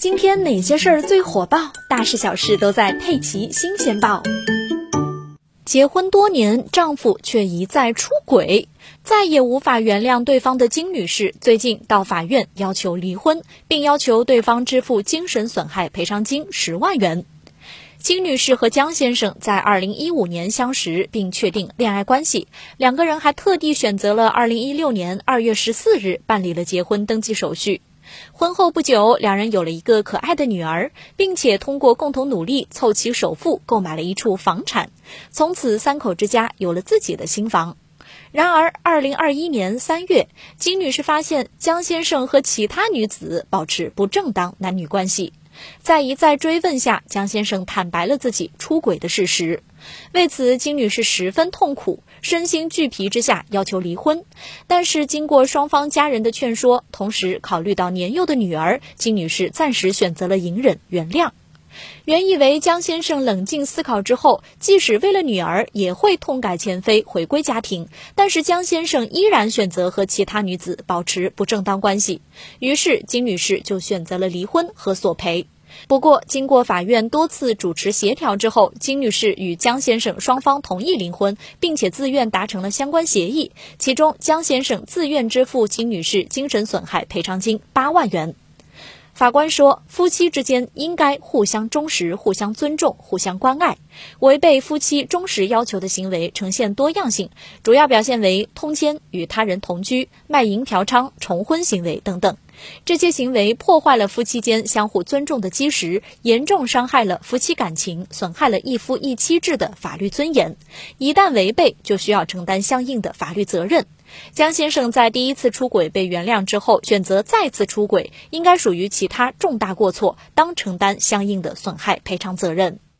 今天哪些事儿最火爆？大事小事都在《佩奇新鲜报》。结婚多年，丈夫却一再出轨，再也无法原谅对方的金女士最近到法院要求离婚，并要求对方支付精神损害赔偿金10万元。金女士和江先生在2015年相识并确定恋爱关系，两个人还特地选择了2016年2月14日办理了结婚登记手续。婚后不久，两人有了一个可爱的女儿，并且通过共同努力凑齐首付购买了一处房产，从此三口之家有了自己的新房。然而2021年3月，金女士发现江先生和其他女子保持不正当男女关系。在一再追问下，江先生坦白了自己出轨的事实。为此，金女士十分痛苦，身心俱疲之下要求离婚。但是经过双方家人的劝说，同时考虑到年幼的女儿，金女士暂时选择了隐忍原谅。原以为江先生冷静思考之后，即使为了女儿也会痛改前非回归家庭，但是江先生依然选择和其他女子保持不正当关系，于是金女士就选择了离婚和索赔。不过经过法院多次主持协调之后，金女士与江先生双方同意离婚，并且自愿达成了相关协议，其中江先生自愿支付金女士精神损害赔偿金8万元。法官说，夫妻之间应该互相忠实、互相尊重、互相关爱。违背夫妻忠实要求的行为呈现多样性，主要表现为通奸、与他人同居、卖淫嫖娼、重婚行为等等。这些行为破坏了夫妻间相互尊重的基石，严重伤害了夫妻感情，损害了一夫一妻制的法律尊严。一旦违背，就需要承担相应的法律责任。江先生在第一次出轨被原谅之后，选择再次出轨，应该属于其他重大过错，当承担相应的损害赔偿责任。